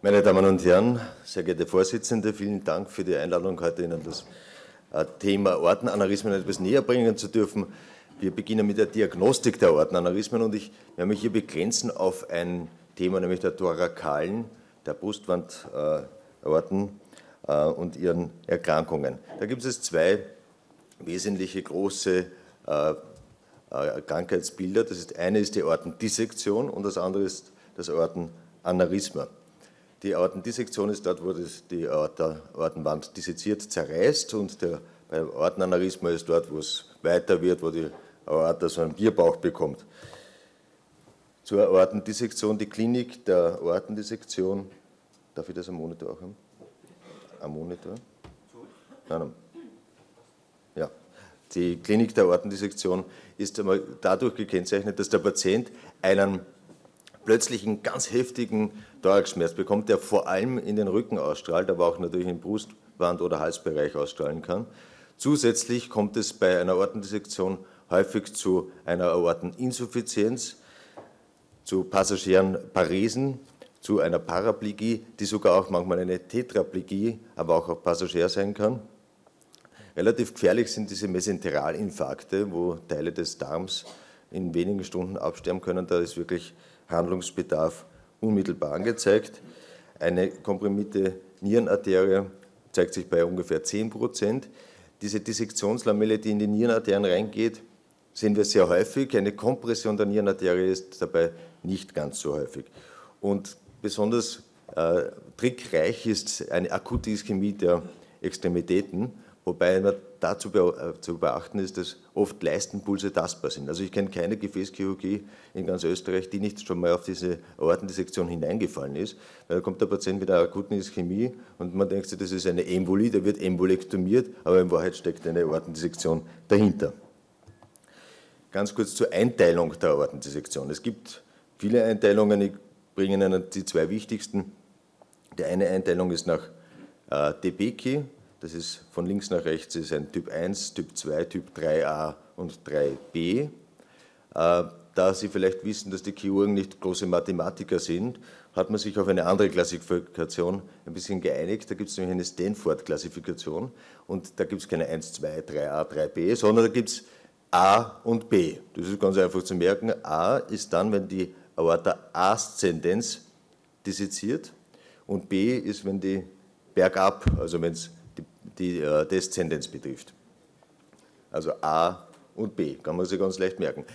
Meine Damen und Herren, sehr geehrte Vorsitzende, vielen Dank für die Einladung, heute Ihnen das Thema Aortenaneurysmen etwas näher bringen zu dürfen. Wir beginnen mit der Diagnostik der Aortenaneurysmen und ich werde mich hier begrenzen auf ein Thema, nämlich der thorakalen, der Brustwandaorten und ihren Erkrankungen. Da gibt es zwei wesentliche große Krankheitsbilder. Das eine ist die Aortendissektion und das andere ist das Aortenaneurysma. Die Aortendissektion ist dort, wo die Aortenwand disseziert zerreißt, und beim Aortenaneurysma ist dort, wo es weiter wird, wo die Aorta so einen Bierbauch bekommt. Zur Aortendissektion, die Klinik der Aortendissektion. Darf ich das am Monitor auch haben? Am Monitor? Nein. Ja. Die Klinik der Aortendissektion ist einmal dadurch gekennzeichnet, dass der Patient einen plötzlichen, ganz heftigen Thoraxschmerz bekommt, der vor allem in den Rücken ausstrahlt, aber auch natürlich im Brustwand- oder Halsbereich ausstrahlen kann. Zusätzlich kommt es bei einer Aortendissektion häufig zu einer Aorteninsuffizienz, zu passagieren Paresen, zu einer Paraplegie, die sogar auch manchmal eine Tetraplegie, aber auch passagier sein kann. Relativ gefährlich sind diese Mesenteralinfarkte, wo Teile des Darms in wenigen Stunden absterben können. Da ist wirklich Handlungsbedarf unmittelbar angezeigt. Eine komprimierte Nierenarterie zeigt sich bei ungefähr 10%. Diese Dissektionslamelle, die in die Nierenarterien reingeht, sehen wir sehr häufig. Eine Kompression der Nierenarterie ist dabei nicht ganz so häufig. Und besonders trickreich ist eine akute Ischämie der Extremitäten, wobei dazu zu beachten ist, dass oft Leistenpulse tastbar sind. Also ich kenne keine Gefäßchirurgie in ganz Österreich, die nicht schon mal auf diese Aortendissektion hineingefallen ist, weil da kommt der Patient mit einer akuten Ischämie und man denkt sich, das ist eine Embolie, der wird embolektomiert, aber in Wahrheit steckt eine Aortendissektion dahinter. Ganz kurz zur Einteilung der Aortendissektion. Es gibt viele Einteilungen, ich bringe Ihnen die zwei wichtigsten. Die eine Einteilung ist nach DeBakey. Das ist von links nach rechts, ist ein Typ 1, Typ 2, Typ 3a und 3b. Da Sie vielleicht wissen, dass die Chirurgen nicht große Mathematiker sind, hat man sich auf eine andere Klassifikation ein bisschen geeinigt. Da gibt es nämlich eine Stanford-Klassifikation und da gibt es keine 1, 2, 3a, 3b, sondern da gibt es A und B. Das ist ganz einfach zu merken. A ist dann, wenn die Aorta ascendens disseziert, und B ist, wenn die bergab, also wenn es die Deszendenz betrifft. Also A und B, kann man sich ganz leicht merken.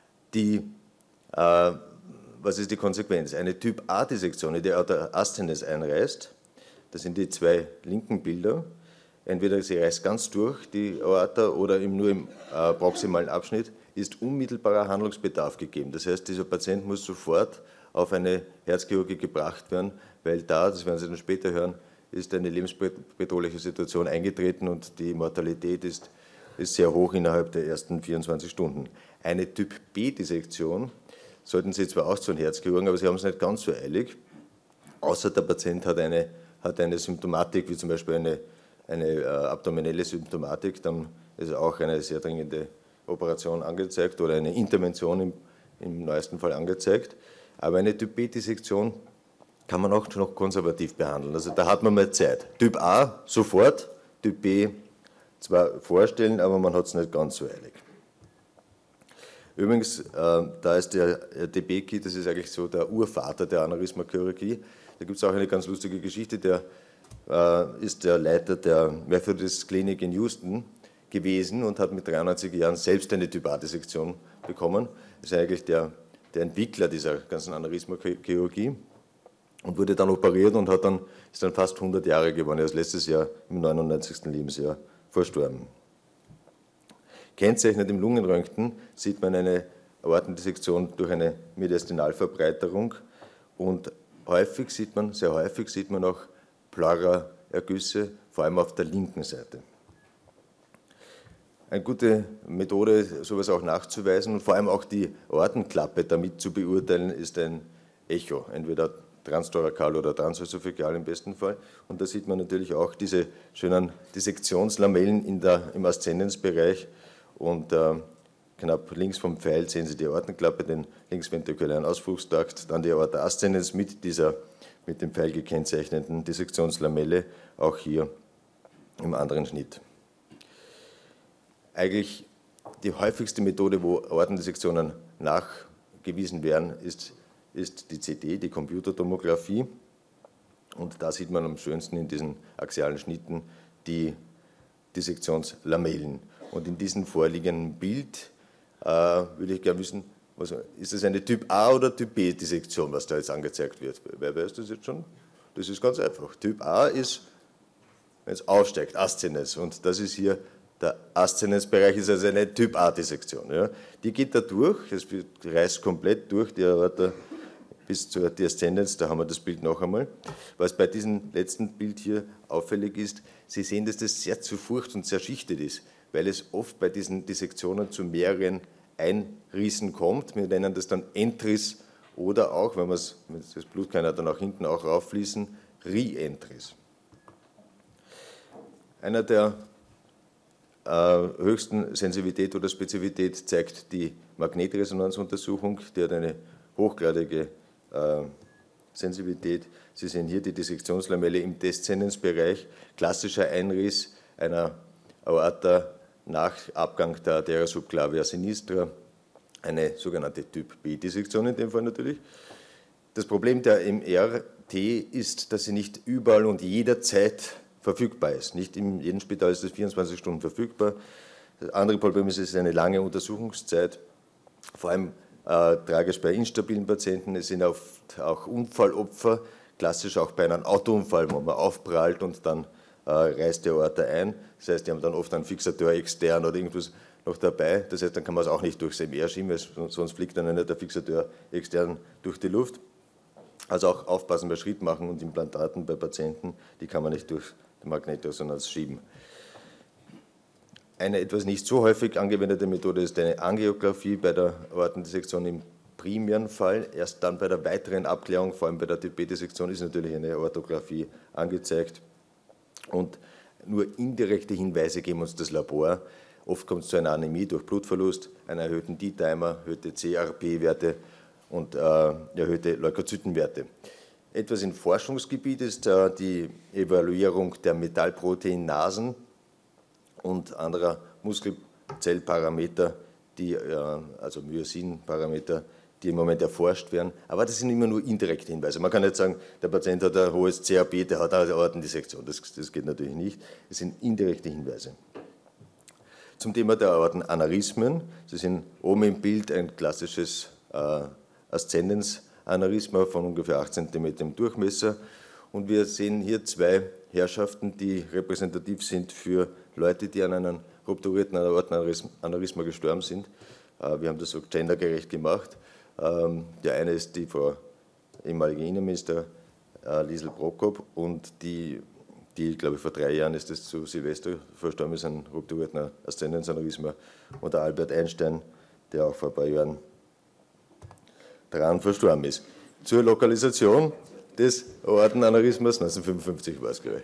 Was ist die Konsequenz? Eine Typ-A-Dissektion, in die Aorta ascendens einreißt, das sind die zwei linken Bilder, entweder sie reißt ganz durch, die Aorta, oder nur im proximalen Abschnitt, ist unmittelbarer Handlungsbedarf gegeben. Das heißt, dieser Patient muss sofort auf eine Herzchirurgie gebracht werden, weil da, das werden Sie dann später hören, ist eine lebensbedrohliche Situation eingetreten und die Mortalität ist sehr hoch innerhalb der ersten 24 Stunden. Eine Typ-B-Dissektion sollten Sie zwar auch zu einem Herzchirurgen, aber Sie haben es nicht ganz so eilig, außer der Patient hat eine Symptomatik, wie zum Beispiel eine abdominelle Symptomatik, dann ist auch eine sehr dringende Operation angezeigt oder eine Intervention im neuesten Fall angezeigt. Aber eine Typ-B-Dissektion kann man auch noch konservativ behandeln. Also da hat man mal Zeit. Typ A sofort, Typ B zwar vorstellen, aber man hat es nicht ganz so eilig. Übrigens, da ist der DeBakey, das ist eigentlich so der Urvater der Aneurysma-Chirurgie. Da gibt es auch eine ganz lustige Geschichte, der ist der Leiter der Methodist Clinic in Houston gewesen und hat mit 93 Jahren selbst eine Typ-A-Dissektion bekommen. Das ist eigentlich der Entwickler dieser ganzen Aneurysma-Chirurgie. Und wurde dann operiert und ist dann fast 100 Jahre geworden. Er ist letztes Jahr im 99. Lebensjahr verstorben. Kennzeichnet im Lungenröntgen sieht man eine Aortendissektion durch eine Mediastinalverbreiterung und sehr häufig sieht man auch Pleuraergüsse, vor allem auf der linken Seite. Eine gute Methode, sowas auch nachzuweisen und vor allem auch die Aortenklappe damit zu beurteilen, ist ein Echo, entweder transthorakal oder transösophageal im besten Fall. Und da sieht man natürlich auch diese schönen Dissektionslamellen im Aszendenzbereich. Und knapp links vom Pfeil sehen Sie die Aortenklappe, den linksventrikulären Ausflugstrakt, dann die Aorta ascendens mit dieser mit dem Pfeil gekennzeichneten Dissektionslamelle, auch hier im anderen Schnitt. Eigentlich die häufigste Methode, wo Aortendissektionen nachgewiesen werden, ist die CT, die Computertomographie. Und da sieht man am schönsten in diesen axialen Schnitten die Dissektionslamellen. Und in diesem vorliegenden Bild würde ich gerne wissen, ist das eine Typ A oder Typ B Dissektion, was da jetzt angezeigt wird? Wer weiß das jetzt schon? Das ist ganz einfach. Typ A ist, wenn es aufsteigt, Aszendens. Und das ist hier der Aszendensbereich, ist also eine Typ A Dissektion. Ja. Die geht da durch, es reißt komplett durch die Aorta bis zur Descendens, da haben wir das Bild noch einmal. Was bei diesem letzten Bild hier auffällig ist, Sie sehen, dass das sehr zerfurcht und zerschichtet ist, weil es oft bei diesen Dissektionen zu mehreren Einrissen kommt. Wir nennen das dann Entriss oder auch, wenn das Blut kann ja dann auch hinten auch rauffließen, Re-Entriss. Einer der höchsten Sensibilität oder Spezifität zeigt die Magnetresonanzuntersuchung, die hat eine hochgradige Sensibilität. Sie sehen hier die Dissektionslamelle im Deszendensbereich, klassischer Einriss einer Aorta nach Abgang der Arteria subclavia sinistra, eine sogenannte Typ-B-Dissektion in dem Fall natürlich. Das Problem der MRT ist, dass sie nicht überall und jederzeit verfügbar ist. Nicht in jedem Spital ist es 24 Stunden verfügbar. Das andere Problem ist, es ist eine lange Untersuchungszeit, vor allem tragisch bei instabilen Patienten. Es sind oft auch Unfallopfer, klassisch auch bei einem Autounfall, wo man aufprallt und dann reißt die Aorta ein. Das heißt, die haben dann oft einen Fixateur extern oder irgendwas noch dabei. Das heißt, dann kann man es auch nicht durchs MR schieben, sonst fliegt dann der Fixateur extern durch die Luft. Also auch aufpassen bei Schrittmachen und Implantaten bei Patienten, die kann man nicht durch die Magnetresonanz schieben. Eine etwas nicht so häufig angewendete Methode ist eine Angiografie bei der Aortendissektion im primären Fall. Erst dann bei der weiteren Abklärung, vor allem bei der Typ-B-Dissektion, ist natürlich eine Aortographie angezeigt. Und nur indirekte Hinweise geben uns das Labor. Oft kommt es zu einer Anämie durch Blutverlust, einer erhöhten D-Dimer, erhöhte CRP-Werte und erhöhte Leukozytenwerte. Etwas im Forschungsgebiet ist die Evaluierung der Metallproteinasen und anderer Muskelzellparameter, also Myosin-Parameter, die im Moment erforscht werden. Aber das sind immer nur indirekte Hinweise. Man kann nicht sagen, der Patient hat ein hohes CRP, der hat eine Aortendissektion. Das geht natürlich nicht. Es sind indirekte Hinweise. Zum Thema der Aortenaneurysmen. Sie sehen oben im Bild ein klassisches Aszendens-Aneurysma von ungefähr 8 cm im Durchmesser. Und wir sehen hier zwei Herrschaften, die repräsentativ sind für Leute, die an einem rupturierten Aortenaneurysma gestorben sind. Wir haben das so gendergerecht gemacht. Der eine ist die Frau ehemalige Innenminister Liesl Prokop und die, glaube ich, vor 3 Jahren ist das zu Silvester verstorben ist, an rupturierten Aszendensaneurysma, und der Albert Einstein, der auch vor ein paar Jahren daran verstorben ist. Zur Lokalisation des Aortenaneurysmas, 1955 war es, glaube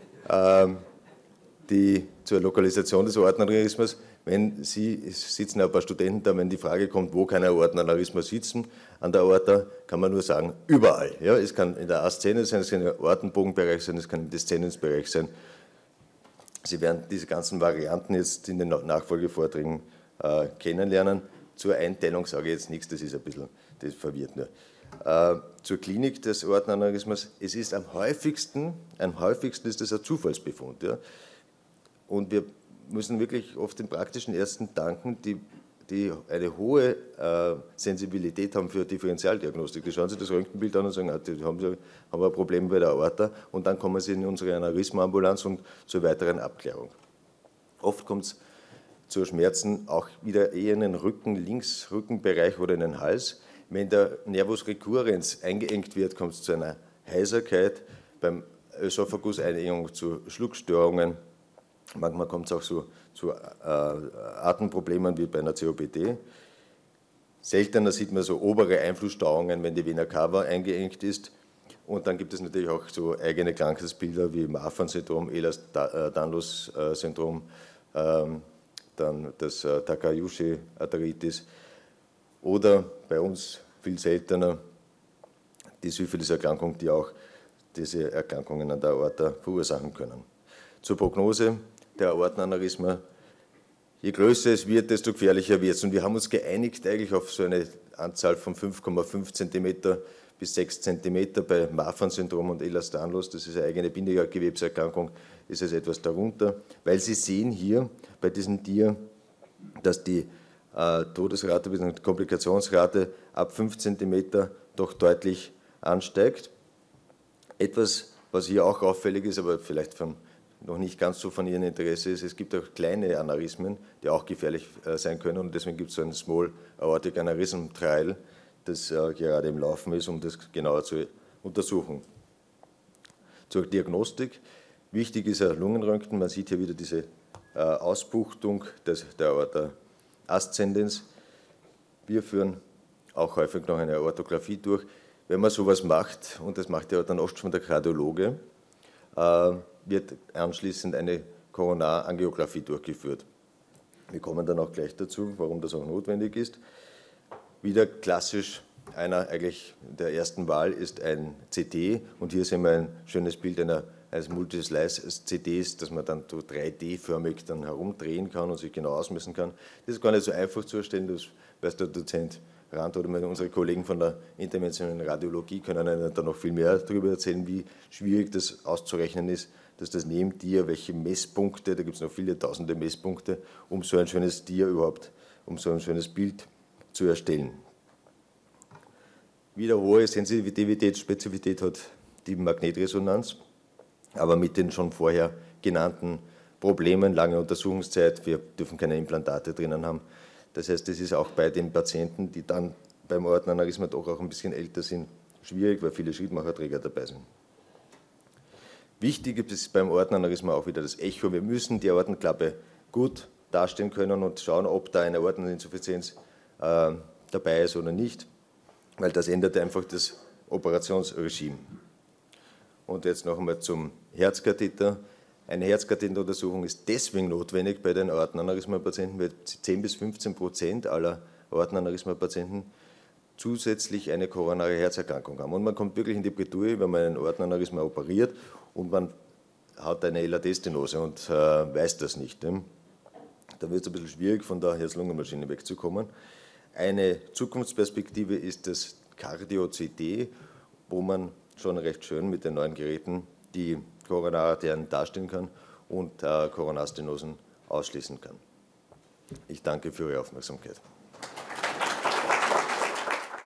ich. Zur Lokalisation des Aortenaneurysmas, wenn Sie sitzen ein paar Studenten da, wenn die Frage kommt, wo kann ein Aortenaneurysma sitzen, an der Aorta kann man nur sagen, überall. Ja, es kann in der Aszene sein, es kann im Aortenbogenbereich sein, es kann im Deszendensbereich sein. Sie werden diese ganzen Varianten jetzt in den Nachfolgevorträgen kennenlernen. Zur Einteilung sage ich jetzt nichts, das ist ein bisschen, das verwirrt nur. Zur Klinik des Aortenaneurysmas, es ist am häufigsten ist das ein Zufallsbefund. Ja? Und wir müssen wirklich oft den praktischen Ärzten danken, die eine hohe Sensibilität haben für Differentialdiagnostik. Die schauen sich das Röntgenbild an und sagen, die haben ein Problem bei der Aorta, und dann kommen sie in unsere Aneurysmaambulanz und zur weiteren Abklärung. Oft kommt es zu Schmerzen auch wieder eher in den Linksrückenbereich oder in den Hals. Wenn der Nervus recurrens eingeengt wird, kommt es zu einer Heiserkeit, beim Ösophagus-Einengung zu Schluckstörungen. Manchmal kommt es auch zu Atemproblemen wie bei einer COPD. Seltener sieht man so obere Einflussstauungen, wenn die Vena cava eingeengt ist. Und dann gibt es natürlich auch so eigene Krankheitsbilder wie Marfan-Syndrom, Ehlers-Danlos-Syndrom, dann das Takayushi-Arthritis oder bei uns viel seltener die Syphiliserkrankung, die auch diese Erkrankungen an der Aorta verursachen können. Zur Prognose der Aortenaneurysma: Je größer es wird, desto gefährlicher wird es. Und wir haben uns geeinigt eigentlich auf so eine Anzahl von 5,5 cm bis 6 cm bei Marfan-Syndrom und Ehlers-Danlos. Das ist eine eigene Bindegewebserkrankung, ist es etwas darunter, weil Sie sehen hier bei diesem Tier, dass die Todesrate bzw. Komplikationsrate ab 5 cm doch deutlich ansteigt. Etwas, was hier auch auffällig ist, aber vielleicht noch nicht ganz so von Ihrem Interesse ist, es gibt auch kleine Aneurysmen, die auch gefährlich sein können, und deswegen gibt es so ein Small Aortic Aneurysm Trial, das gerade im Laufen ist, um das genauer zu untersuchen. Zur Diagnostik: Wichtig ist ein Lungenröntgen. Man sieht hier wieder diese Ausbuchtung der Aorta ascendens. Wir führen auch häufig noch eine Aortographie durch. Wenn man sowas macht, und das macht ja dann oft schon der Kardiologe, wird anschließend eine Koronarangiographie durchgeführt. Wir kommen dann auch gleich dazu, warum das auch notwendig ist. Wieder klassisch, einer eigentlich der ersten Wahl ist ein CT, und hier sehen wir ein schönes Bild eines Multislice-CTs, das man dann so 3D-förmig dann herumdrehen kann und sich genau ausmessen kann. Das ist gar nicht so einfach zu erstellen, das weiß der Dozent Rand oder unsere Kollegen von der interventionellen Radiologie können Ihnen da noch viel mehr darüber erzählen, wie schwierig das auszurechnen ist, dass das Nebentier, welche Messpunkte, da gibt es noch viele tausende Messpunkte, um so ein schönes Tier überhaupt, um so ein schönes Bild zu erstellen. Wieder hohe Sensitivität, Spezifität hat die Magnetresonanz, aber mit den schon vorher genannten Problemen, lange Untersuchungszeit, wir dürfen keine Implantate drinnen haben. Das heißt, das ist auch bei den Patienten, die dann beim Aortenaneurysma doch auch ein bisschen älter sind, schwierig, weil viele Schrittmacherträger dabei sind. Wichtig ist beim Aortenaneurysma auch wieder das Echo. Wir müssen die Aortenklappe gut darstellen können und schauen, ob da eine Aorteninsuffizienz dabei ist oder nicht, weil das ändert einfach das Operationsregime. Und jetzt noch einmal zum Herzkatheter. Eine Herzkatheteruntersuchung ist deswegen notwendig bei den Aortenaneurysma-Patienten, weil 10 bis 15% aller Aortenaneurysma-Patienten zusätzlich eine koronare Herzerkrankung haben. Und man kommt wirklich in die Bredouille, wenn man ein Aortenaneurysma operiert und man hat eine LAD-Stenose und weiß das nicht. Da wird es ein bisschen schwierig, von der Herz-Lungen-Maschine wegzukommen. Eine Zukunftsperspektive ist das Cardio-CT, wo man schon recht schön mit den neuen Geräten die Koronararterien darstellen kann und Koronarstenosen ausschließen kann. Ich danke für Ihre Aufmerksamkeit.